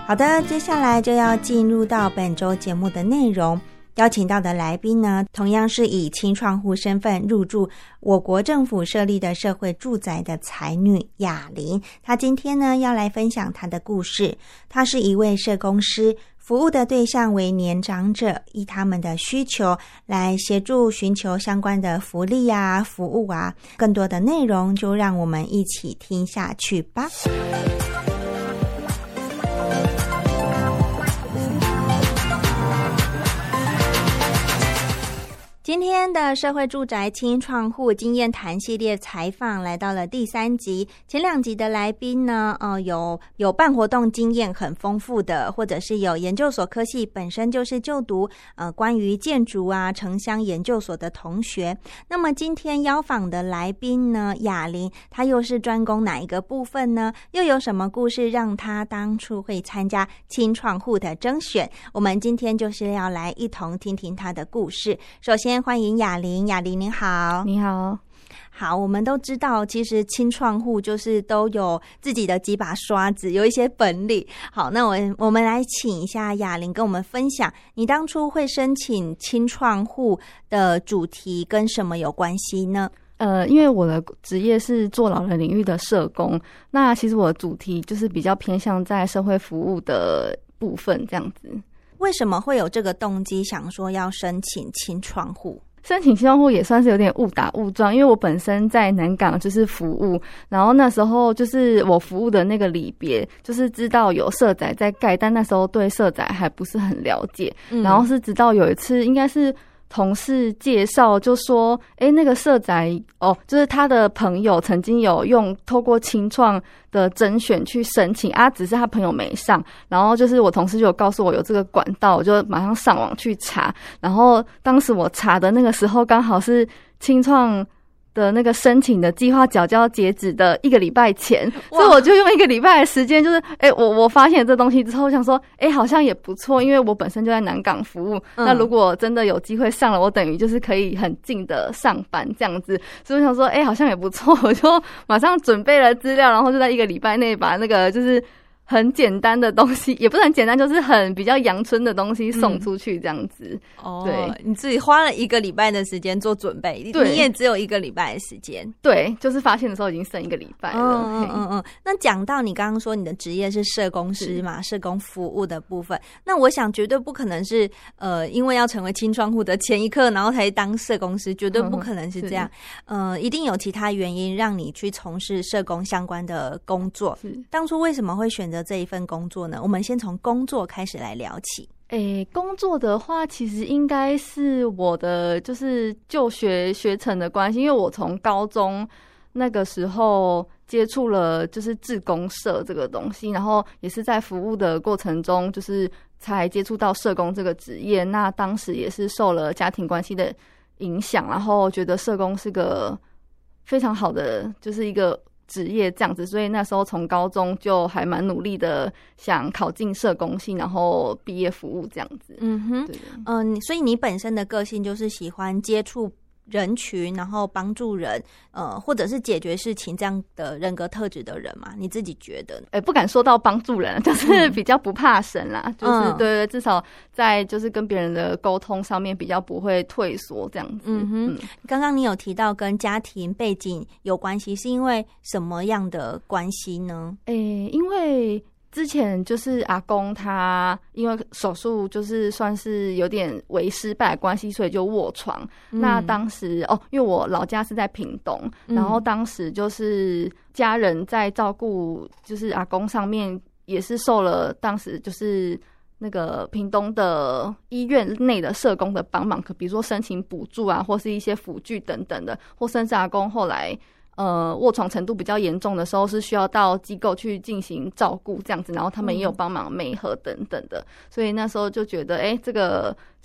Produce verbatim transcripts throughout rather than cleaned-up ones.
好的，接下来就要进入到本周节目的内容。邀请到的来宾呢，同样是以青创户身份入住我国政府设立的社会住宅的才女雅玲。她今天呢要来分享她的故事。她是一位社工师，服务的对象为年长者，依他们的需求来协助寻求相关的福利啊、服务啊。更多的内容就让我们一起听下去吧。今天的社会住宅青创户经验谈系列采访来到了第三集。前两集的来宾呢，呃，有有办活动经验很丰富的，或者是有研究所科系本身就是就读呃关于建筑啊、城乡研究所的同学。那么今天邀访的来宾呢，雅玲，她又是专攻哪一个部分呢？又有什么故事让她当初会参加青创户的甄选？我们今天就是要来一同听听她的故事。首先欢迎雅玲，雅玲您好。 你好。 好，我们都知道其实青创户就是都有自己的几把刷子，有一些本领。好，那我我们来请一下雅玲跟我们分享，你当初会申请青创户的主题跟什么有关系呢？ 呃，因为我的职业是做老人领域的社工，那其实我的主题就是比较偏向在社会服务的部分这样子。 为什么会有这个动机想说要申请青创户？ 申请青创户也算是有点误打误撞，因为我本身在南港就是服务，然后那时候就是我服务的那个里别就是知道有社宅在盖，但那时候对社宅还不是很了解、嗯、然后是直到有一次应该是同事介绍就说诶那个社宅哦，就是他的朋友曾经有用透过青创的甄选去申请啊，只是他朋友没上，然后就是我同事就有告诉我有这个管道，我就马上上网去查，然后当时我查的那个时候刚好是青创的那个申请的计划缴交截止的一个礼拜前，所以我就用一个礼拜的时间，就是哎、欸，我我发现这东西之后，想说哎、欸，好像也不错，因为我本身就在南港服务、嗯，那如果真的有机会上了，我等于就是可以很近的上班这样子，所以我想说哎、欸，好像也不错，我就马上准备了资料，然后就在一个礼拜内把那个就是很简单的东西，也不是很简单，就是很比较阳春的东西送出去这样子、 嗯、哦，对，你自己花了一个礼拜的时间做准备，你也只有一个礼拜的时间， 对，就是发现的时候已经剩一个礼拜了。 嗯嗯嗯。那讲到你刚刚说你的职业是社工师嘛，社工服务的部分，那我想绝对不可能是呃，因为要成为青创户的前一刻，然后才当社工师，绝对不可能是这样。嗯、呃，一定有其他原因让你去从事社工相关的工作。当初为什么会选择这一份工作呢？我们先从工作开始来聊起。 诶、欸，工作的话，其实应该是我的就是就学学程的关系，因为我从高中那个时候接触了就是志工社这个东西，然后也是在服务的过程中，就是才接触到社工这个职业。那当时也是受了家庭关系的影响，然后觉得社工是个非常好的，就是一个职业这样子，所以那时候从高中就还蛮努力的想考进社工系，然后毕业服务这样子。 嗯哼，嗯、呃，所以你本身的个性就是喜欢接触人群，然后帮助人，呃，或者是解决事情这样的人格特质的人嘛？你自己觉得？ 哎、欸，不敢说到帮助人，就是比较不怕生啦，嗯、就是对对，至少在就是跟别人的沟通上面比较不会退缩这样子。 嗯哼，嗯，刚刚你有提到跟家庭背景有关系，是因为什么样的关系呢？ 哎、欸，因为之前就是阿公他因为手术就是算是有点为失败的关系，所以就卧床、嗯、那当时哦，因为我老家是在屏东、嗯、然后当时就是家人在照顾就是阿公上面也是受了当时就是那个屏东的医院内的社工的帮忙，可比如说申请补助啊，或是一些辅具等等的，或甚至阿公后来呃，卧床程度比较严重的时候是需要到机构去进行照顾这样子，然后他们也有帮忙媒合等等的、嗯、所以那时候就觉得哎、欸，这个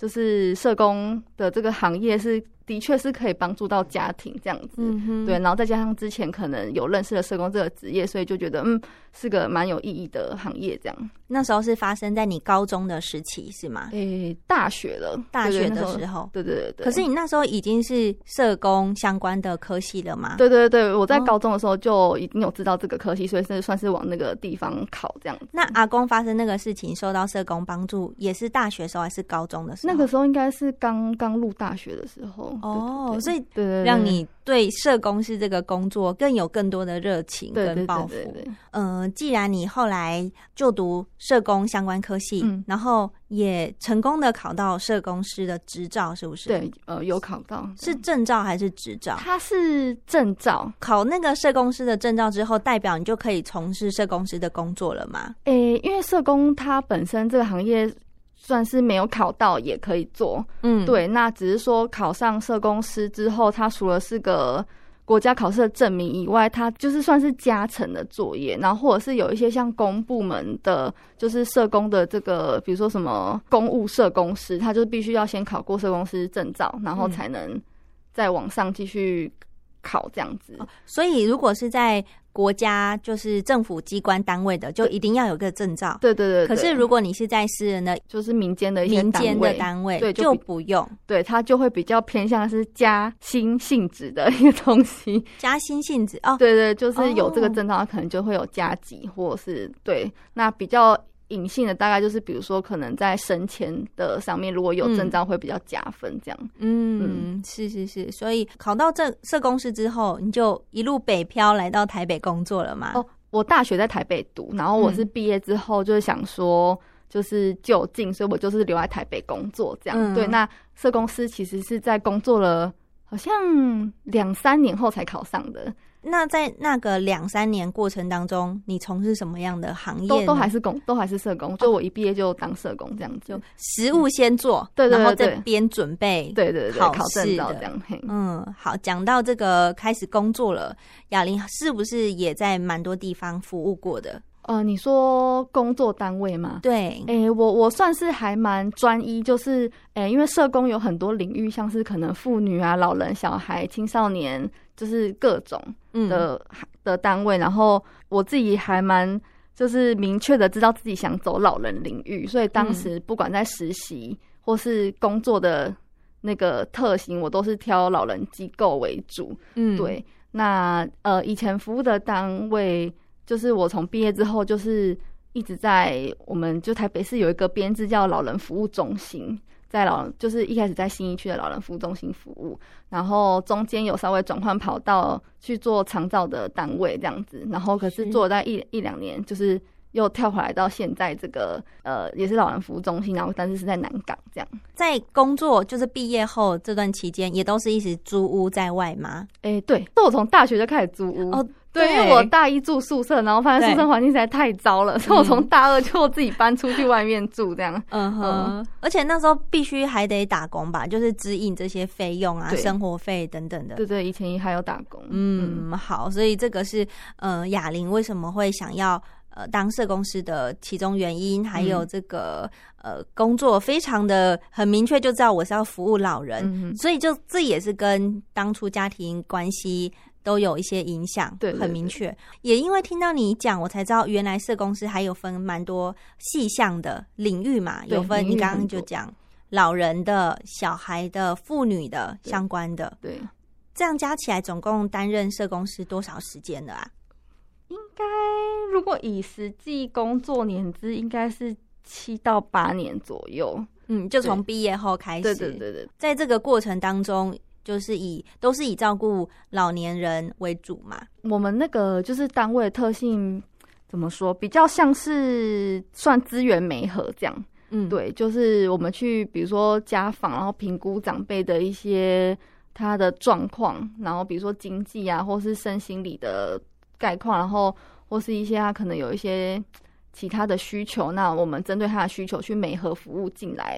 就是社工的这个行业是的确是可以帮助到家庭这样子，嗯哼，对，然后再加上之前可能有认识了社工这个职业，所以就觉得嗯是个蛮有意义的行业这样。 那时候是发生在你高中的时期是吗？ 诶、欸，大学了， 大学的时候， 对对对对。 可是你那时候已经是社工相关的科系了吗？ 对对对，我在高中的时候就已经有知道这个科系，所以是算是往那个地方考这样子。 那阿公发生那个事情，受到社工帮助，也是大学时候还是高中的时候？ 那个时候应该是刚刚入大学的时候。 哦，对对对，所以对对对， 让你对社工师这个工作更有更多的热情跟抱负。嗯、呃，既然你后来就读社工相关科系，嗯，然后也成功的考到社工师的执照，是不是？ 对，呃，有考到。 是证照还是执照？ 它是证照。 考那个社工师的证照之后，代表你就可以从事社工师的工作了吗？ 诶、欸，因为社工它本身这个行业算是没有考到也可以做，嗯，对，那只是说考上社工师之后，它除了是个国家考试的证明以外，它就是算是加成的作业，然后或者是有一些像公部门的，就是社工的这个，比如说什么公务社工师，他就必须要先考过社工师证照，然后才能再往上继续考这样子。 哦，所以如果是在国家就是政府机关单位的，就一定要有个证照。 对对 对, 对。 可是如果你是在私人的， 就是民间的一些民间的单位， 对， 就, 就不用。 对，它就会比较偏向是加薪性质的一个东西。 加薪性质哦， 对对，就是有这个证照，它可能就会有加级，或者是对，那比较隐性的大概就是比如说可能在升迁的上面如果有证照会比较加分这样。 嗯, 嗯是是是，所以考到这社工师之后你就一路北漂来到台北工作了吗？ 哦，我大学在台北读，然后我是毕业之后就是想说就是就近，所以我就是留在台北工作这样。嗯，对，那社工师其实是在工作了好像两三年后才考上的。 那在那个两三年过程当中，你从事什么样的行业呢？ 都都还是工，都还是社工。就我一毕业就当社工这样子， 就实务先做， 对对对， 然后这边准备对对对考考证照这样。 嗯，好，讲到这个开始工作了，雅玲是不是也在蛮多地方服务过的？ 呃，你说工作单位吗？ 对， 诶、欸，我我算是还蛮专一，就是诶、欸，因为社工有很多领域，像是可能妇女啊、老人、小孩、青少年，就是各种的、嗯、的单位。然后我自己还蛮就是明确的知道自己想走老人领域，所以当时不管在实习或是工作的那个特型，我都是挑老人机构为主。嗯，对。那呃，以前服务的单位。就是我从毕业之后，就是一直在我们就台北市有一个编制叫老人服务中心，在老就是一开始在信义区的老人服务中心服务，然后中间有稍微转换跑道去做长照的单位这样子，然后可是做了在一一两年，就是又跳回来到现在这个呃也是老人服务中心，然后但是是在南港这样。 在工作就是毕业后这段期间，也都是一直租屋在外吗？ 哎、欸，对，我从大学就开始租屋哦。对，因为我大一住宿舍，然后发现宿舍环境实在太糟了，所以我从大二就自己搬出去外面住这样。 嗯哼，嗯，而且那时候必须还得打工吧，就是支应这些费用啊、生活费等等的。 对对，以前还有打工。 嗯，嗯好，所以这个是呃雅玲为什么会想要呃当社工师的其中原因，还有这个、嗯、呃工作非常的很明确，就知道我是要服务老人，嗯、所以就这也是跟当初家庭关系都有一些影响，对，很明确。也因为听到你讲，我才知道原来社工师还有分蛮多细项的领域嘛，有分你刚刚就讲老人的、小孩的、妇女的相关的， 对， 这样加起来总共担任社工师多少时间了啊？ 应该如果以实际工作年资，应该是七到八年左右。 嗯，就从毕业后开始， 对对对对， 在这个过程当中。就是以都是以照顾老年人为主嘛。 我们那个就是单位的特性怎么说，比较像是算资源媒合这样。嗯，对，就是我们去比如说家访，然后评估长辈的一些他的状况，然后比如说经济啊，或是身心理的概况，然后或是一些他可能有一些其他的需求，那我们针对他的需求去媒合服务进来。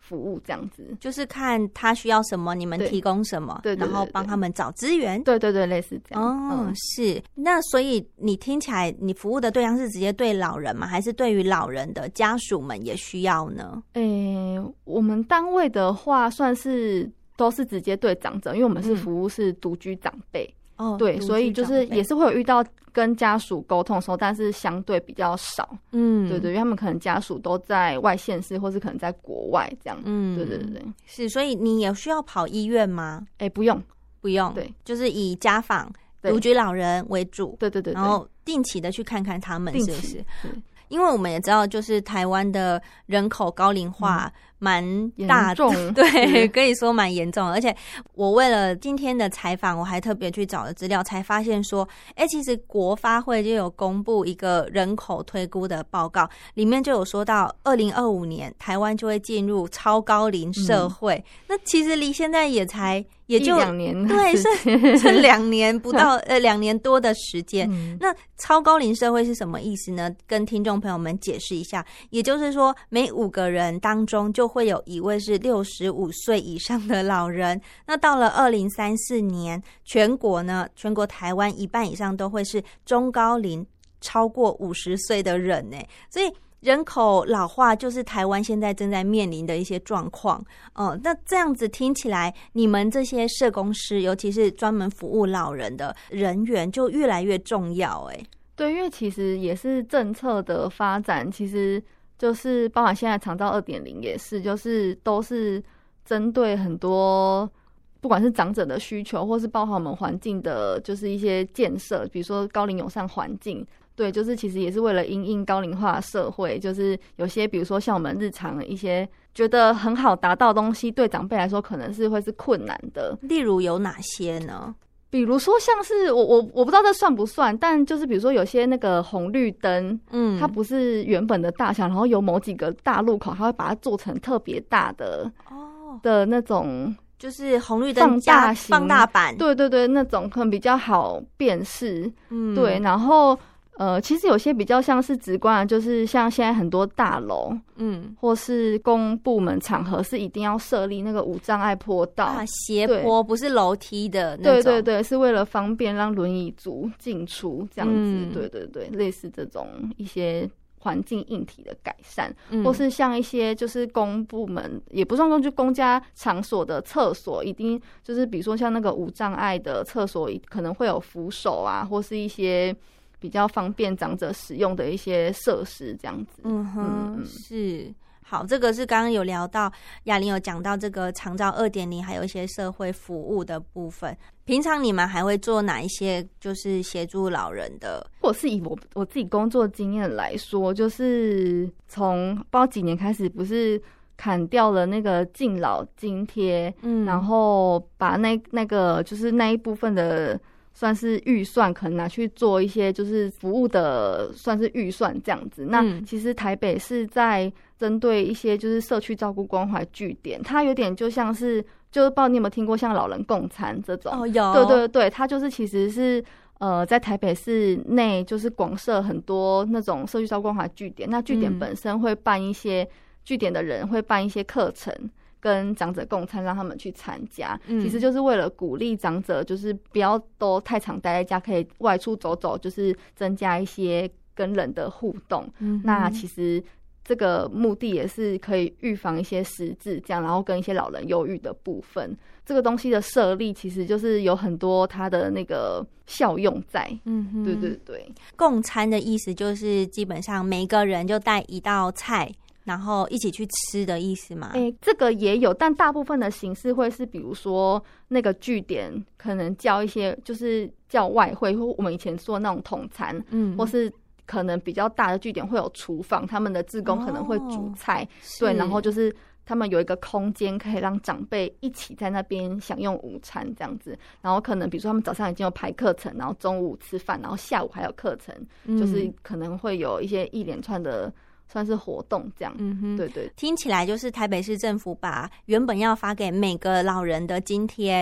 服务这样子， 就是看他需要什么，你们提供什么， 对对对对对， 然后帮他们找资源。 对对对，类似这样。 哦，嗯、是。那所以你听起来，你服务的对象是直接对老人吗？还是对于老人的家属们也需要呢？ 诶、欸，我们单位的话，算是都是直接对长者，因为我们是服务是独居长辈。嗯哦，对，所以就是也是会有遇到跟家属沟通的时候，但是相对比较少。嗯，对对，因为他们可能家属都在外县市，或是可能在国外这样。嗯，对对对， 是。所以你也需要跑医院吗？ 哎、欸，不用， 不用。对，就是以家访独居老人为主。 对对 对, 对， 然后定期的去看看他们，是不是？因为我们也知道，就是台湾的人口高龄化蛮大的， 嗯、 对，可以说蛮严重的。而且我为了今天的采访，我还特别去找了资料，才发现说，哎，其实国发会就有公布一个人口推估的报告，里面就有说到，二零二五年台湾就会进入超高龄社会。嗯、那其实离现在也才也就两年， 对，是是两年不到，呃，两年多的时间。嗯、那超高龄社会是什么意思呢？跟听众朋友们解释一下，也就是说，每五个人当中就会有一位是六十五岁以上的老人。那到了二零三四年，全国呢，全国台湾一半以上都会是中高龄，超过五十岁的人呢。所以人口老化就是台湾现在正在面临的一些状况。哦，那这样子听起来，你们这些社工师，尤其是专门服务老人的人员，就越来越重要。哎， 对，因为其实也是政策的发展，其实就是包含现在长照 二点零 也是，就是都是针对很多不管是长者的需求，或是包含我们环境的，就是一些建设，比如说高龄友善环境。对，就是其实也是为了因应高龄化社会，就是有些比如说像我们日常一些觉得很好达到的东西，对长辈来说可能是会是困难的。 例如有哪些呢？ 比如说像是我我我不知道这算不算，但就是比如说有些那个红绿灯，嗯，它不是原本的大小，然后有某几个大路口，它会把它做成特别大的哦的那种， 就是红绿灯加放大版， 对对对，那种可能比较好辨识，嗯，对，然后。呃，其实有些比较像是直观的，就是像现在很多大楼，嗯，或是公部门场合是一定要设立那个无障碍坡道， 啊，斜坡不是楼梯的那种， 对对对，是为了方便让轮椅族进出这样子，嗯、对对对，类似这种一些环境硬体的改善，嗯、或是像一些就是公部门也不算公，就公家场所的厕所，一定就是比如说像那个无障碍的厕所，可能会有扶手啊，或是一些。比较方便长者使用的一些设施，这样子。嗯哼，嗯是好，这个是刚刚有聊到，雅玲有讲到这个长照 二点零， 还有一些社会服务的部分。平常你们还会做哪一些就是协助老人的？ 或是以我我自己工作经验来说，就是从不知道几年开始，不是砍掉了那个敬老津贴，嗯，然后把那那个就是那一部分的。算是预算可能拿去做一些就是服务的算是预算这样子。那其实台北是在针对一些就是社区照顾关怀据点，它有点就像是就是不知道你有没有听过像老人共餐这种。 哦，有。 对对对，它就是其实是呃在台北市内就是广设很多那种社区照顾关怀据点，那据点本身会办一些、嗯、据点的人会办一些课程。跟长者共餐，让他们去参加、嗯，其实就是为了鼓励长者，就是不要都太常待在家，可以外出走走，就是增加一些跟人的互动。嗯、那其实这个目的也是可以预防一些失智，这样，然后跟一些老人忧郁的部分。这个东西的设立，其实就是有很多它的那个效用在。嗯，对对对。 共餐的意思就是基本上每个人就带一道菜。然后一起去吃的意思吗？ 哎、欸，这个也有，但大部分的形式会是，比如说那个据点可能叫一些，就是叫外汇，或我们以前说的那种统餐，嗯，或是可能比较大的据点会有厨房，他们的志工可能会煮菜，哦、对，然后就是他们有一个空间可以让长辈一起在那边享用午餐这样子，然后可能比如说他们早上已经有排课程，然后中午吃饭，然后下午还有课程、嗯，就是可能会有一些一连串的。算是活动这样，嗯哼，对对， 听起来就是台北市政府把原本要发给每个老人的津贴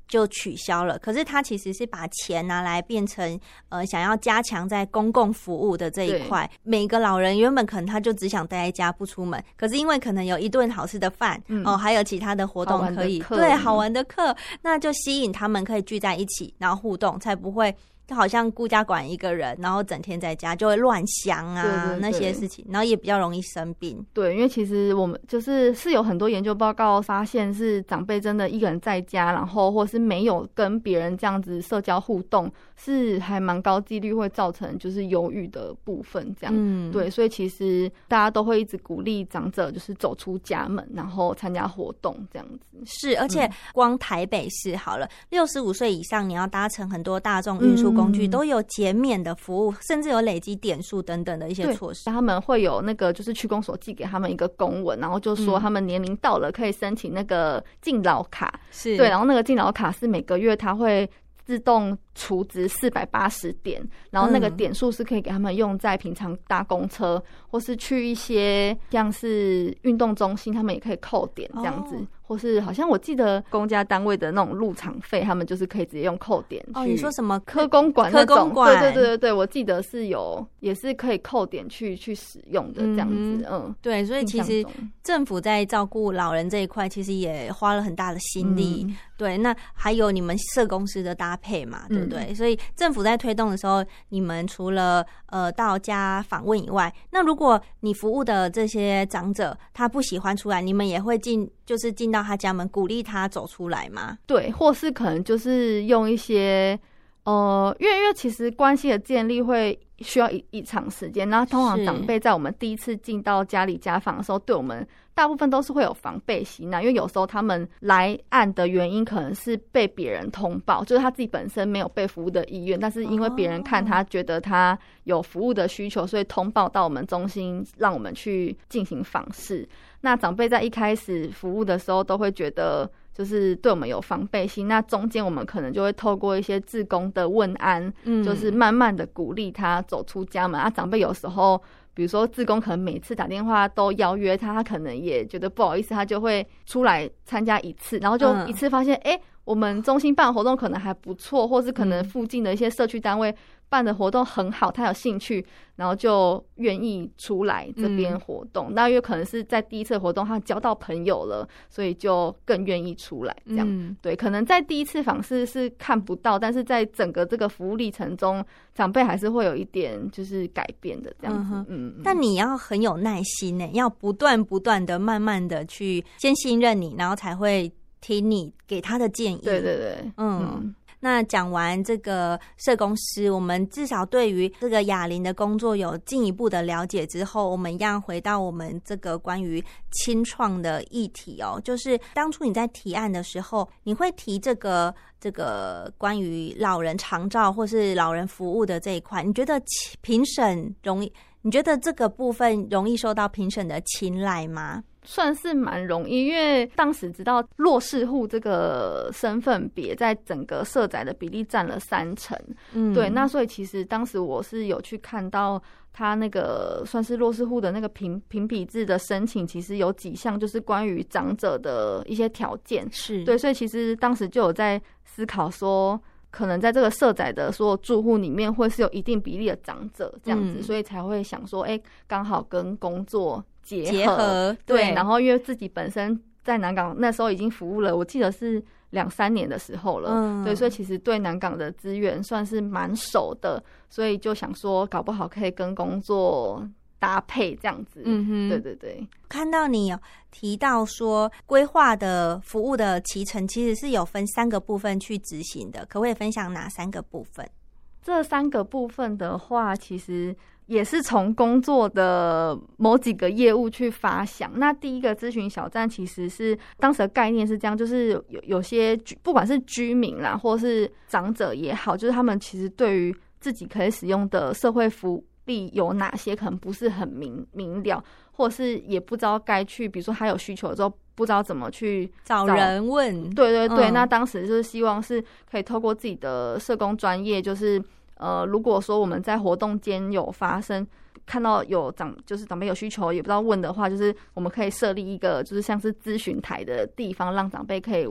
就取消了，可是他其实是把钱拿来变成呃想要加强在公共服务的这一块。每个老人原本可能他就只想待在家不出门，可是因为可能有一顿好吃的饭、嗯、哦，还有其他的活动可以，对，好玩的课，那就吸引他们可以聚在一起，然后互动，才不会就好像孤家管一个人，然后整天在家就会乱想啊，对对对，那些事情，然后也比较容易生病。 对，因为其实我们就是是有很多研究报告发现，是长辈真的一个人在家，然后或是没有跟别人这样子社交互动，是还蛮高几率会造成就是忧郁的部分这样。嗯，对，所以其实大家都会一直鼓励长者就是走出家门，然后参加活动这样子。 是，而且光台北市好了，六十五岁以上你要搭乘很多大众运输工具、嗯、都有减免的服务，甚至有累积点数等等的一些措施。 他们会有那个就是区公所寄给他们一个公文，然后就说他们年龄到了可以申请那个敬老卡。是，对，然后那个敬老卡是每个月他会自动储值四百八十点，然后那个点数是可以给他们用在平常搭公车、嗯、或是去一些像是运动中心，他们也可以扣点这样子、哦、或是好像我记得公家单位的那种入场费，他们就是可以直接用扣点去。 哦，你说什么科公馆那种？ 科公馆， 对对对对，我记得是有，也是可以扣点去去使用的这样子。嗯，嗯对，所以其实政府在照顾老人这一块，其实也花了很大的心力。嗯、对，那还有你们社公司的搭配嘛，对不对？嗯、所以政府在推动的时候，你们除了呃到家访问以外，那如果你服务的这些长者他不喜欢出来，你们也会进，就是进到他家门，鼓励他走出来吗？ 对，或是可能就是用一些呃，因为因为其实关系的建立会需要一一长时间，然后通常长辈在我们第一次进到家里家访的时候，对我们大部分都是会有防备心啊，因为有时候他们来案的原因可能是被别人通报，就是他自己本身没有被服务的意愿，但是因为别人看他觉得他有服务的需求，所以通报到我们中心让我们去进行访视。那长辈在一开始服务的时候都会觉得就是对我们有防备心，那中间我们可能就会透过一些志工的问安、嗯、就是慢慢的鼓励他走出家门啊。长辈有时候比如说志工可能每次打电话都邀约他，他可能也觉得不好意思，他就会出来参加一次，然后就一次发现哎、嗯欸，我们中心办的活动可能还不错，或是可能附近的一些社区单位办的活动很好，他有兴趣，然后就愿意出来这边活动、嗯、那因为可能是在第一次活动他交到朋友了，所以就更愿意出来这样、嗯、对，可能在第一次访视是看不到，但是在整个这个服务历程中长辈还是会有一点就是改变的这样子。 嗯, 嗯, 嗯但你要很有耐心耶，要不断不断的慢慢的去先信任你，然后才会听你给他的建议。 对对对，嗯, 嗯那讲完这个社工师，我们至少对于这个雅琳的工作有进一步的了解之后，我们一样回到我们这个关于青创的议题哦，就是当初你在提案的时候，你会提这个这个关于老人长照或是老人服务的这一块，你觉得评审容易？你觉得这个部分容易受到评审的青睐吗？ 算是蛮容易，因为当时知道弱势户这个身份别在整个社宅的比例占了三成，嗯，对，那所以其实当时我是有去看到他那个算是弱势户的那个评评比制的申请，其实有几项就是关于长者的一些条件，是对，所以其实当时就有在思考说，可能在这个社宅的所有住户里面会是有一定比例的长者这样子，嗯、所以才会想说，哎、欸，刚好跟工作结合，结合 对, 对，然后因为自己本身在南港那时候已经服务了，我记得是两三年的时候了，嗯，对，所以其实对南港的资源算是蛮熟的，所以就想说，搞不好可以跟工作搭配这样子，嗯哼，对对对。 看到你有提到说，规划的服务的期程其实是有分三个部分去执行的，可不可以分享哪三个部分？ 这三个部分的话，其实也是从工作的某几个业务去发想。那第一个咨询小站其实是当时的概念是这样，就是有有些不管是居民啦，或是长者也好，就是他们其实对于自己可以使用的社会福利有哪些，可能不是很明明了，或者是也不知道该去，比如说他有需求的时候，不知道怎么去找人问。 对对对、嗯，那当时就是希望是可以透过自己的社工专业，就是呃，如果说我们在活动间有发生看到有长就是长辈有需求也不知道问的话，就是我们可以设立一个就是像是咨询台的地方，让长辈可以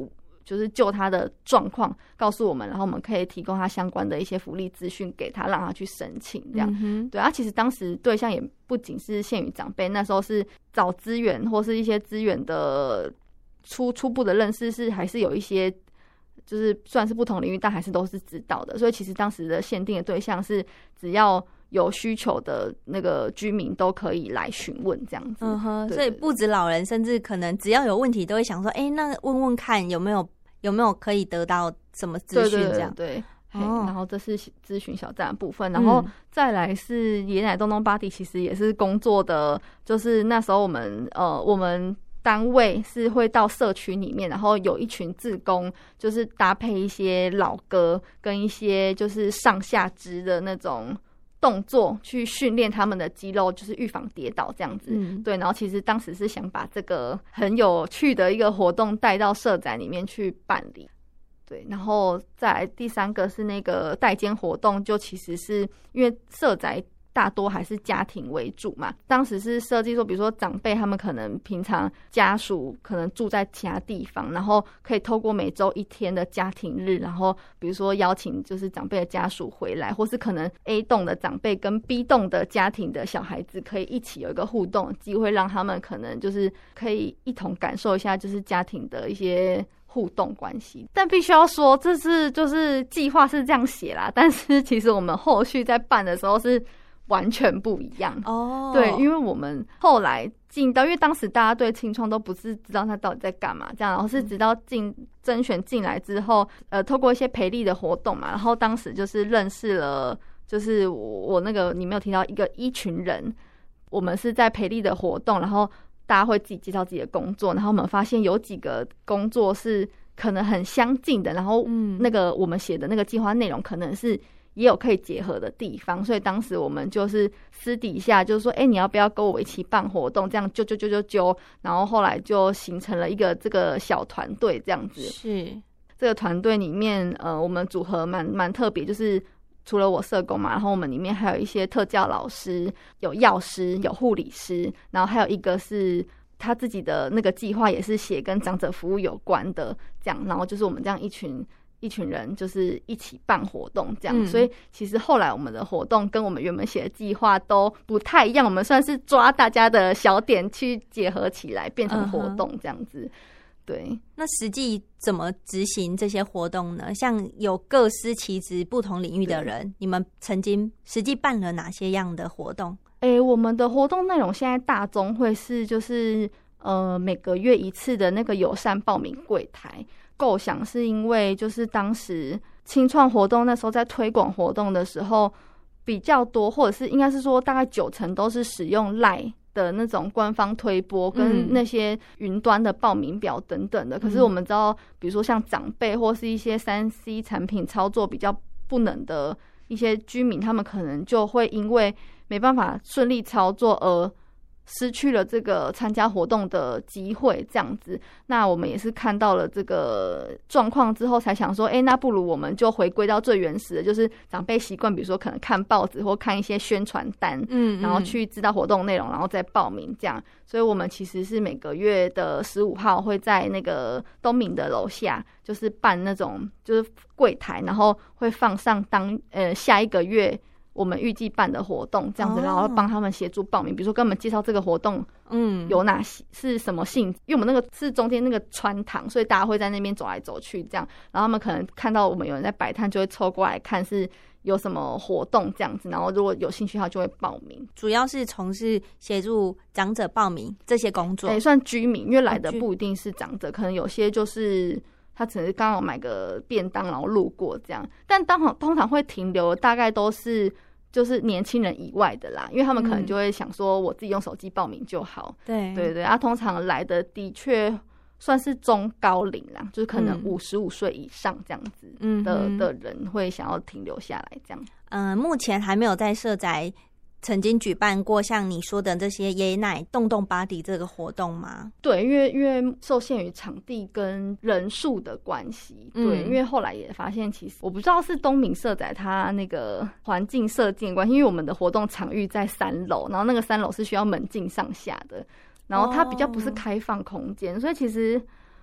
就是就他的状况告诉我们，然后我们可以提供他相关的一些福利资讯给他，让他去申请这样。嗯、对啊，其实当时对象也不仅是限于长辈，那时候是找资源或是一些资源的初初步的认识，是还是有一些就是算是不同领域，但还是都是知道的。所以其实当时的限定的对象是只要有需求的那个居民都可以来询问这样子。 嗯哼，所以不止老人，甚至可能只要有问题都会想说，哎、欸，那问问看有没有有没有可以得到什么资讯这样。 对对对对、哦、然后这是咨询小站的部分，然后再来是爷奶东东巴迪，其实也是工作的，就是那时候我们呃我们单位是会到社区里面，然后有一群志工，就是搭配一些老歌跟一些就是上下肢的那种动作去训练他们的肌肉，就是预防跌倒这样子、嗯、对。然后其实当时是想把这个很有趣的一个活动带到社宅里面去办理，对。然后再来第三个是那个代间活动，就其实是因为社宅大多还是家庭为主嘛，当时是设计说比如说长辈他们可能平常家属可能住在其他地方，然后可以透过每周一天的家庭日，然后比如说邀请就是长辈的家属回来，或是可能 A 栋的长辈跟 B 栋的家庭的小孩子可以一起有一个互动的机会，让他们可能就是可以一同感受一下就是家庭的一些互动关系。但必须要说这是就是计划是这样写啦，但是其实我们后续在办的时候是完全不一样哦。Oh. 对，因为我们后来进到，因为当时大家对青创都不是知道他到底在干嘛这样，然后是直到进甄选进来之后，呃，透过一些培力的活动嘛，然后当时就是认识了，就是我我那个你没有提到一个一群人，我们是在培力的活动，然后大家会自己介绍自己的工作，然后我们发现有几个工作是可能很相近的，然后那个我们写的那个计划内容可能是也有可以结合的地方，所以当时我们就是私底下就是说，哎、欸，你要不要跟我一起办活动？这样揪揪揪揪揪，然后后来就形成了一个这个小团队这样子。 是这个团队里面，呃，我们组合蛮蛮特别，就是除了我社工嘛，然后我们里面还有一些特教老师，有药师，有护理师，然后还有一个是他自己的那个计划也是写跟长者服务有关的，这样，然后就是我们这样一群。一群人就是一起办活动这样、嗯、所以其实后来我们的活动跟我们原本写的计划都不太一样，我们算是抓大家的小点去结合起来变成活动这样子、嗯、对。 那实际怎么执行这些活动呢？像有各司其职不同领域的人，你们曾经实际办了哪些样的活动？ 欸，我们的活动内容现在大宗会是就是呃每个月一次的那个友善报名柜台，构想是因为就是当时青创活动那时候在推广活动的时候比较多，或者是应该是说大概九成都是使用 LINE 的那种官方推播跟那些云端的报名表等等的、嗯、可是我们知道比如说像长辈或是一些 三 C 产品操作比较不能的一些居民，他们可能就会因为没办法顺利操作而失去了这个参加活动的机会这样子。那我们也是看到了这个状况之后才想说，哎、欸，那不如我们就回归到最原始的，就是长辈习惯比如说可能看报纸或看一些宣传单，嗯，然后去知道活动内容然后再报名这样。所以我们其实是每个月的十五号会在那个东明的楼下就是办那种就是柜台，然后会放上当呃下一个月我们预计办的活动这样子，然后帮他们协助报名，比如说跟我们介绍这个活动，嗯，有哪些是什么性质，因为我们那个是中间那个穿堂，所以大家会在那边走来走去这样，然后他们可能看到我们有人在摆摊，就会凑过来看是有什么活动这样子，然后如果有兴趣的话就会报名。 主要是从事协助长者报名这些工作， 也、欸、算居民，因为来的不一定是长者，可能有些就是他只是刚好买个便当然后路过这样，但当通常会停留大概都是就是年轻人以外的啦，因为他们可能就会想说我自己用手机报名就好、嗯、对对对啊，通常来的的确算是中高龄啦，就是可能五十五岁以上这样子的、嗯、的人会想要停留下来这样。 嗯、呃，目前还没有在社宅曾经举办过像你说的这些爷爷奶动动巴迪这个活动吗？ 对，因为因为受限于场地跟人数的关系，对、嗯，因为后来也发现，其实我不知道是东明社宅它那个环境设计的关系，因为我们的活动场域在三楼，然后那个三楼是需要门禁上下的，然后它比较不是开放空间、哦，所以其实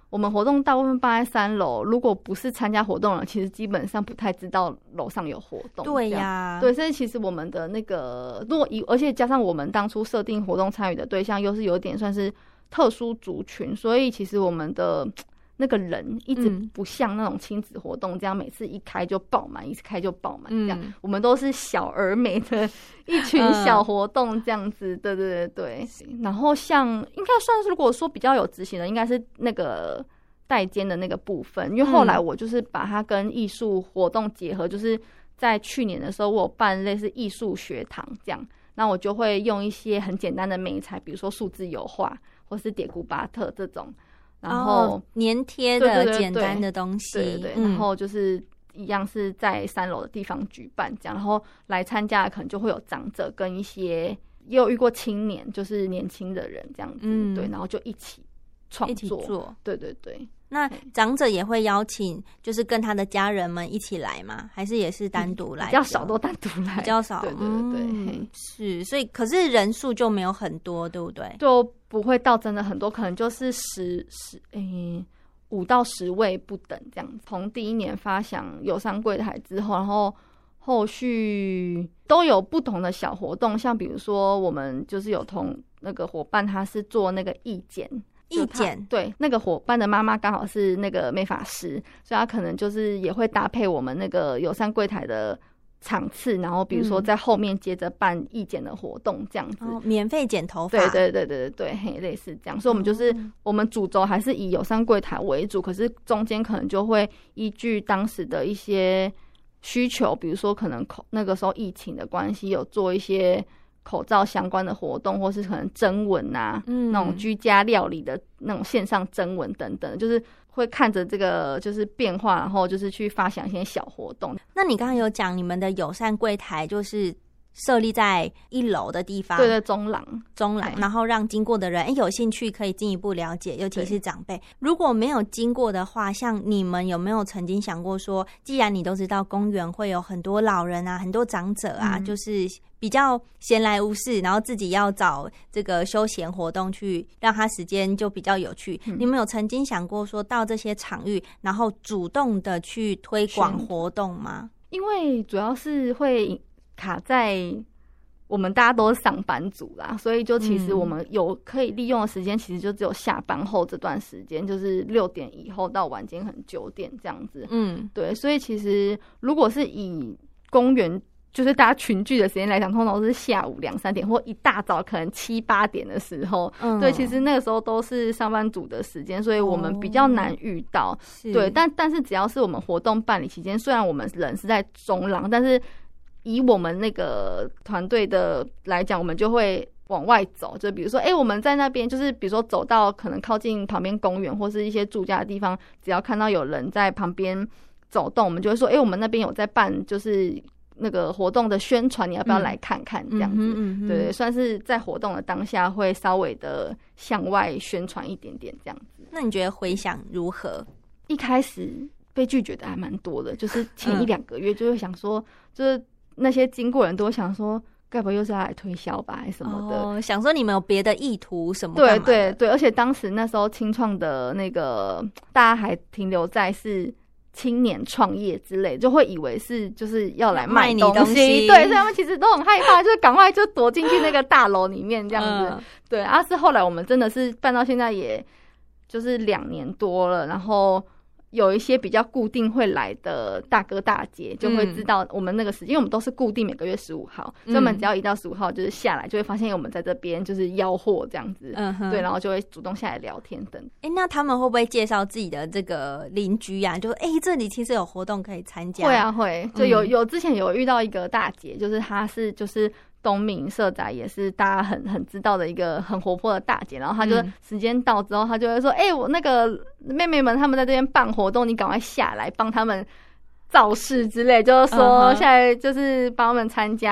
我们活动大部分办在三楼，如果不是参加活动了，其实基本上不太知道楼上有活动。 对呀， 对，所以其实我们的那个，如果以而且加上我们当初设定活动参与的对象又是有点算是特殊族群，所以其实我们的那个人一直不像那种亲子活动这样，每次一开就爆满，一开就爆满这样、嗯。我们都是小而美的一群小活动这样子，嗯、对对对对。然后像应该算是，如果说比较有执行的，应该是那个代间的那个部分，因为后来我就是把它跟艺术活动结合，就是在去年的时候，我有办类似艺术学堂这样，那我就会用一些很简单的媒材，比如说数字油画或是叠古巴特这种。然后粘贴的简单的东西， 对对 对, 对, 对、嗯，然后就是一样是在三楼的地方举办这样，然后来参加的可能就会有长者跟一些也有遇过青年，就是年轻的人这样子，嗯、对，然后就一起创作， 一起做， 对对对。 那长者也会邀请，就是跟他的家人们一起来吗？还是也是单独来？ 比较少都单独来， 比较少， 对对对、 嗯，是，所以可是人数就没有很多，对不对？ 就不会到真的很多，可能就是十十诶五到十位不等这样子。从第一年发想友善柜台之后，然后后续都有不同的小活动，像比如说我们就是有同那个伙伴，他是做那个义剪。 义剪， 对，那个伙伴的妈妈刚好是那个美发师，所以他可能就是也会搭配我们那个友善柜台的场次，然后比如说在后面接着办义剪的活动这样子， 哦、免费剪头发， 对对对对对对，嘿，类似这样，所以我们就是、嗯、我们主轴还是以友善柜台为主，可是中间可能就会依据当时的一些需求，比如说可能口那个时候疫情的关系，有做一些口罩相关的活动，或是可能征文啊、嗯，那种居家料理的那种线上征文等等，就是会看着这个就是变化，然后就是去发想一些小活动。 那你刚刚有讲你们的友善柜台就是设立在一楼的地方， 对对，中廊， 中廊，然后让经过的人，哎、欸，有兴趣可以进一步了解，尤其是长辈。如果没有经过的话，像你们有没有曾经想过说，既然你都知道公园会有很多老人啊，很多长者啊，嗯、就是比较闲来无事，然后自己要找这个休闲活动去让他时间就比较有趣、嗯。你们有曾经想过说到这些场域，然后主动的去推广活动吗？ 因为主要是会卡在我们大家都是上班族啦，所以就其实我们有可以利用的时间，其实就只有下班后这段时间，就是六点以后到晚间可能九点这样子。嗯，对，所以其实如果是以公园就是大家群聚的时间来讲，通常都是下午两三点或一大早可能七八点的时候。嗯，对，其实那个时候都是上班族的时间，所以我们比较难遇到。哦、对，但但是只要是我们活动办理期间，虽然我们人是在中廊，但是以我们那个团队的来讲，我们就会往外走，就比如说，哎、欸，我们在那边，就是比如说走到可能靠近旁边公园或是一些住家的地方，只要看到有人在旁边走动，我们就会说，哎、欸，我们那边有在办，就是那个活动的宣传，你要不要来看看？这样子，嗯嗯嗯、对，算是在活动的当下会稍微的向外宣传一点点这样子。 那你觉得回响如何？ 一开始被拒绝的还蛮多的，就是前一两个月就会想说，就是那些经过人都会想说，该不会又是要来推销吧，还是什么的？ 哦，想说你们有别的意图什么？ 对对对，而且当时那时候青创的那个大家还停留在是青年创业之类，就会以为是就是要来卖东西， 东西对，所以他们其实都很害怕，就是赶快就躲进去那个大楼里面这样子。嗯、对，啊，是后来我们真的是办到现在，也就是两年多了，然后有一些比较固定会来的大哥大姐就会知道我们那个时间、嗯、因为我们都是固定每个月十五号、嗯、所以我们只要一到十五号就是下来就会发现我们在这边就是吆喝这样子、嗯、对，然后就会主动下来聊天等。 哎、欸，那他们会不会介绍自己的这个邻居啊？就哎、欸，这里其实有活动可以参加。 会啊会，就有有之前有遇到一个大姐，就是她是就是东明社宅也是大家很很知道的一个很活泼的大姐，然后她就时间到之后，她就会说：“哎、欸，我那个妹妹们他们在这边办活动，你赶快下来帮他们造势之类，就是说现在就是帮他们参加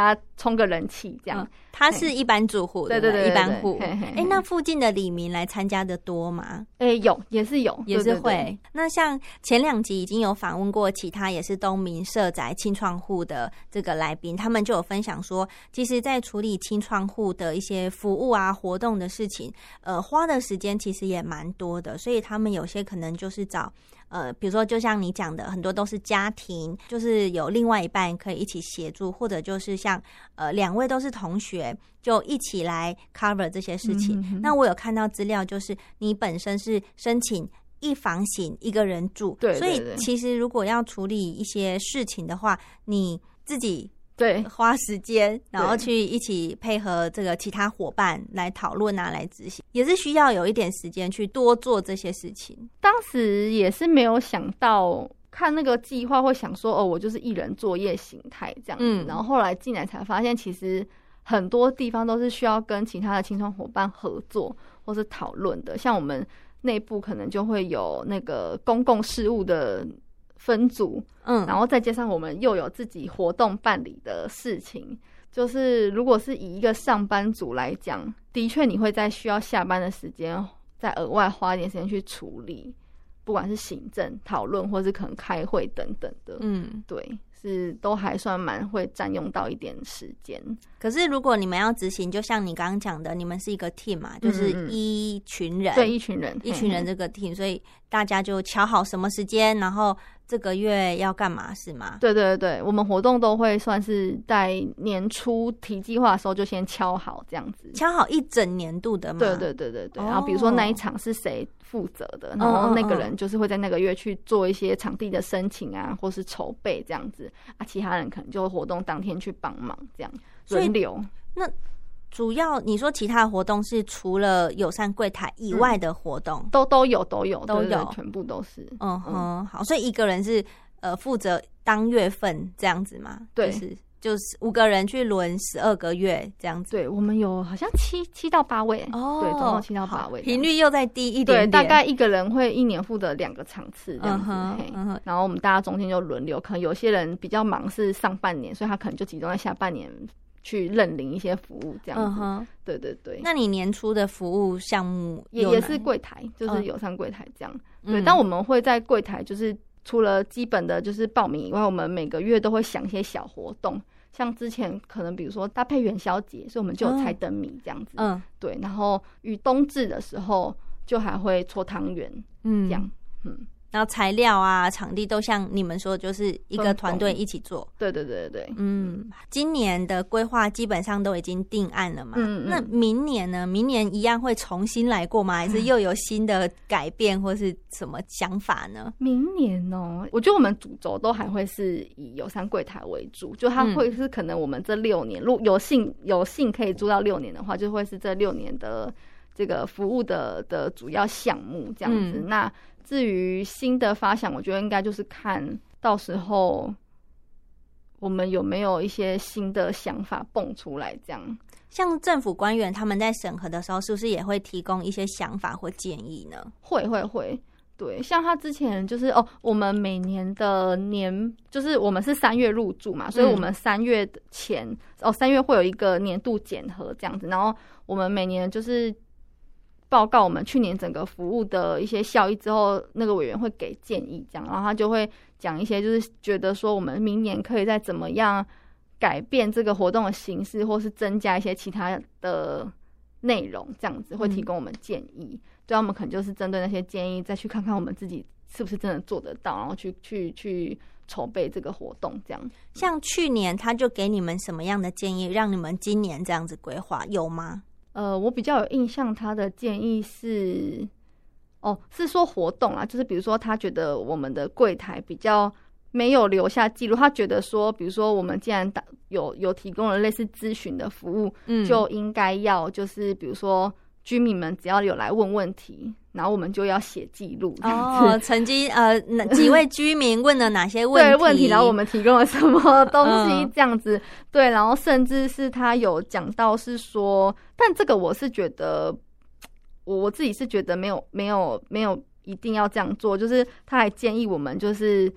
充个人气这样。 嗯，他是一般住户， 对对 对, 对, 对， 一般户。 哎、 欸，那附近的里民来参加的多吗？ 哎、欸，有，也是有， 也是会。 对对对， 那像前两集已经有访问过其他也是东民社宅青创户的这个来宾，他们就有分享说，其实在处理青创户的一些服务啊、活动的事情，呃，花的时间其实也蛮多的，所以他们有些可能就是找。呃，比如说，就像你讲的，很多都是家庭，就是有另外一半可以一起协助，或者就是像呃两位都是同学，就一起来 cover 这些事情。嗯哼哼，那我有看到资料，就是你本身是申请一房型一个人住， 对对对， 所以其实如果要处理一些事情的话，你自己。 对， 花时间，然后去一起配合这个其他伙伴来讨论啊，来执行，也是需要有一点时间去多做这些事情。 当时也是没有想到，看那个计划会想说，哦，我就是一人作业形态这样子。嗯，然后后来进来才发现，其实很多地方都是需要跟其他的青创伙伴合作或是讨论的。像我们内部可能就会有那个公共事务的分组，嗯，然后再加上我们又有自己活动办理的事情，就是如果是以一个上班族来讲，的确你会在需要下班的时间再额外花一点时间去处理，不管是行政讨论或是可能开会等等的，嗯，对，是都还算蛮会占用到一点时间。 可是如果你们要执行，就像你刚刚讲的，你们是一个 team 嘛，就是一群人， 嗯嗯对，一群人， 一群人这个 team，所以大家就敲好什么时间，然后这个月要干嘛是吗？ 对对对，我们活动都会算是在年初提计划的时候就先敲好这样子， 敲好一整年度的嘛。 对对对对对，哦，然后比如说那一场是谁负责的，然后那个人就是会在那个月去做一些场地的申请啊，或是筹备这样子啊，其他人可能就活动当天去帮忙这样轮流。 那主要你说其他的活动是除了友善柜台以外的活动， 嗯，都都有都有都有， 对对对，全部都是。 嗯哼，好，所以一个人是呃负责当月份这样子嘛？ 对， 就是就是五个人去轮十二个月这样子。 对，我们有好像七七到八位哦，对，总共七到八位， 频率又再低一点点。 对，大概一个人会一年负责两个场次这样子。嗯嗯，然后我们大家中间就轮流，可能有些人比较忙是上半年，所以他可能就集中在下半年去认领一些服务这样子。嗯哼，对对对。 那你年初的服务项目也也是柜台，就是友善柜台这样。嗯，对，但我们会在柜台就是除了基本的就是报名以外，我们每个月都会想一些小活动。像之前可能比如说搭配元宵节，所以我们就有猜灯谜这样子。嗯，对，然后与冬至的时候就还会搓汤圆，嗯，这样，嗯。 然后材料啊、场地都像你们说，就是一个团队一起做。 对对对对， 嗯，今年的规划基本上都已经定案了嘛。嗯嗯。那明年呢？明年一样会重新来过吗？还是又有新的改变或是什么想法呢？ 明年哦，我觉得我们主轴都还会是以友善柜台为主，就它会是可能我们这六年，如果有幸有幸可以做到六年的话，就会是这六年的这个服务的的主要项目这样子。嗯，那至于新的发想，我觉得应该就是看到时候我们有没有一些新的想法蹦出来这样。 像政府官员他们在审核的时候，是不是也会提供一些想法或建议呢？ 会会会，对，像他之前就是哦，我们每年的年就是我们是三月入驻嘛，所以我们三月前，嗯，哦三月会有一个年度检核这样子，然后我们每年就是报告我们去年整个服务的一些效益之后，那个委员会给建议这样，然后他就会讲一些就是觉得说我们明年可以再怎么样改变这个活动的形式，或是增加一些其他的内容这样子，会提供我们建议。嗯，对，我们可能就是针对那些建议再去看看我们自己是不是真的做得到，然后去去去筹备这个活动这样。 像去年他就给你们什么样的建议，让你们今年这样子规划，有吗？ 呃，我比较有印象，他的建议是，哦，是说活动啦，就是比如说他觉得我们的柜台比较没有留下记录，他觉得说，比如说我们既然有有提供了类似咨询的服务，嗯，就应该要就是比如说居民们只要有来问问题，然后我们就要写记录。 哦，曾经呃几位居民问了哪些问题？ 对问题，然后我们提供了什么东西这样子。嗯，对，然后甚至是他有讲到是说，但这个我是觉得，我我自己是觉得没有没有没有一定要这样做，就是他还建议我们就是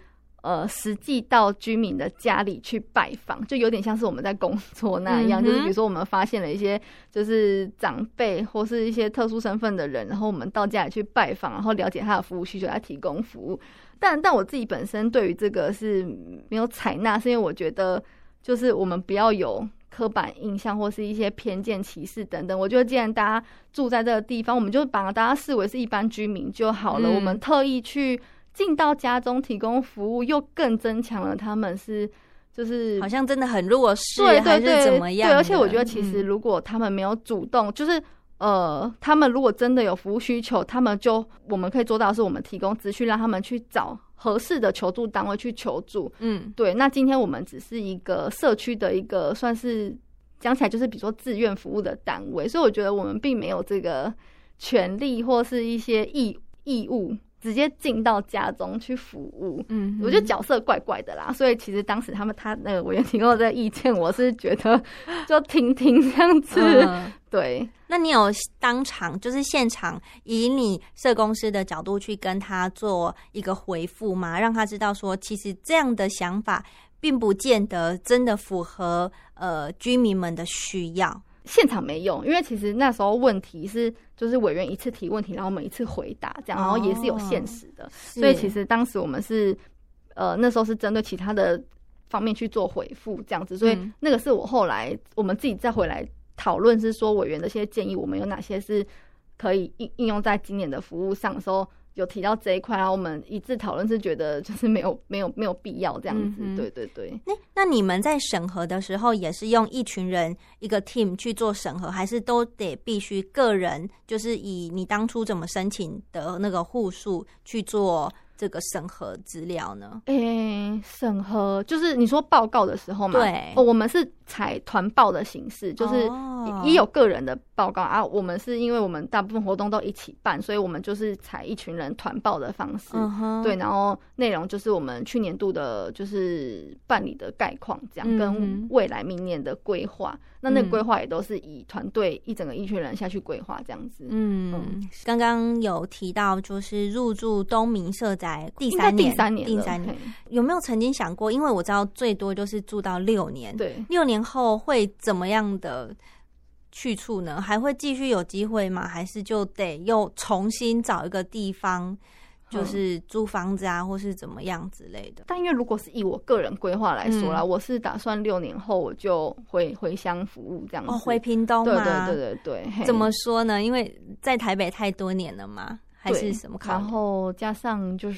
呃，实际到居民的家里去拜访，就有点像是我们在工作那样，嗯、就是比如说我们发现了一些就是长辈或是一些特殊身份的人，然后我们到家里去拜访，然后了解他的服务需求，来提供服务。但但我自己本身对于这个是没有采纳，是因为我觉得就是我们不要有刻板印象或是一些偏见、歧视等等。我觉得既然大家住在这个地方，我们就把大家视为是一般居民就好了。嗯、我们特意去进到家中提供服务，又更增强了他们是就是好像真的很弱势， 对对对， 还是怎么样？ 对，而且我觉得其实如果他们没有主动，嗯、就是呃，他们如果真的有服务需求，他们就我们可以做到的是，我们提供资讯，让他们去找合适的求助单位去求助。嗯，对。那今天我们只是一个社区的一个算是讲起来就是比如说自愿服务的单位，所以我觉得我们并没有这个权利或是一些义义务。直接进到家中去服务，嗯，我觉得角色怪怪的啦，所以其实当时他们他那个委员提供的这个意见，我是觉得就听听这样子，嗯、对。 那你有当场就是现场以你社工师的角度去跟他做一个回复吗？让他知道说，其实这样的想法并不见得真的符合呃居民们的需要。 现场没有，因为其实那时候问题是就是委员一次提问题，然后我们一次回答这样，然后也是有限时的，哦、所以其实当时我们是呃那时候是针对其他的方面去做回复这样子，所以那个是我后来我们自己再回来讨论，是说委员的一些建议，我们有哪些是可以应应用在今年的服务上的时候。有提到这一块，然后我们一致讨论是觉得就是没有没有没有必要这样子，嗯、对对对。 那那你们在审核的时候也是用一群人一个 team 去做审核，还是都得必须个人就是以你当初怎么申请的那个户数去做这个审核资料呢？ 诶、欸，审核就是你说报告的时候嘛？ 对， 哦，我们是采团报的形式，就是也有个人的报告、哦、啊。我们是因为我们大部分活动都一起办，所以我们就是采一群人团报的方式。嗯、对，然后内容就是我们去年度的，就是办理的概况，这样、嗯、跟未来明年的规划。那那个规划也都是以团队一整个一群人下去规划这样子。 嗯，刚刚有提到就是入驻东明社宅第三年， 第三年， 第三年，有没有曾经想过？因为我知道最多就是住到六年， 对， 六年后会怎么样的去处呢？还会继续有机会吗？还是就得又重新找一个地方？就是租房子啊，或是怎么样之类的。 但因为如果是以我个人规划来说啦、嗯，我是打算六年后我就回回乡服务这样子。 哦，回屏东吗？对对对对对。 怎么说呢？因为在台北太多年了嘛，还是什么考虑？ 然后加上就是，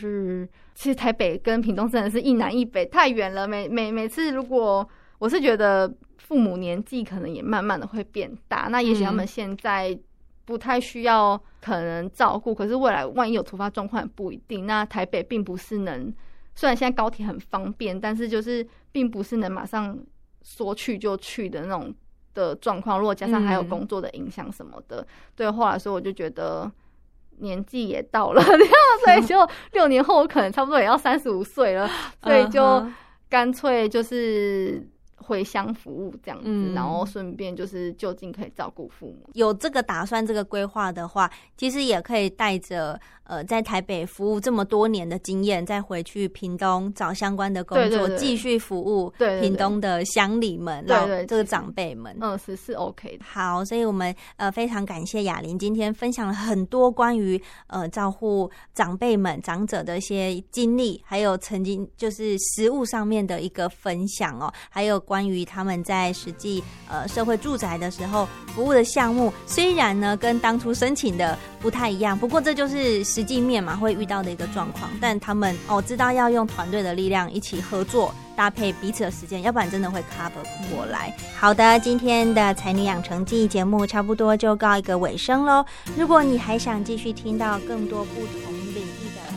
其实台北跟屏东真的是一南一北，太远了。每每每次如果我是觉得父母年纪可能也慢慢的会变大，那也许他们现在不太需要可能照顾，可是未来万一有突发状况也不一定。那台北并不是能，虽然现在高铁很方便，但是就是并不是能马上说去就去的那种的状况。如果加上还有工作的影响什么的，嗯、对后来说我就觉得年纪也到了，所以就六年后我可能差不多也要三十五岁了，所以就干脆就是回乡服务这样子、嗯，然后顺便就是就近可以照顾父母。 有这个打算、这个规划的话，其实也可以带着呃在台北服务这么多年的经验，再回去屏东找相关的工作，继续服务屏东的乡里们， 对 对, 对， 这个长辈们。 嗯，是是 OK 的。 好，所以我们呃非常感谢雅琳今天分享了很多关于呃照顾长辈们、长者的一些经历，还有曾经就是实务上面的一个分享哦，还有关。关于他们在实际呃社会住宅的时候服务的项目，虽然呢跟当初申请的不太一样，不过这就是实际面嘛会遇到的一个状况。但他们哦知道要用团队的力量一起合作，搭配彼此的时间，要不然真的会 cover 不过来。好的，今天的才女养成记节目差不多就告一个尾声咯。如果你还想继续听到更多不同领域的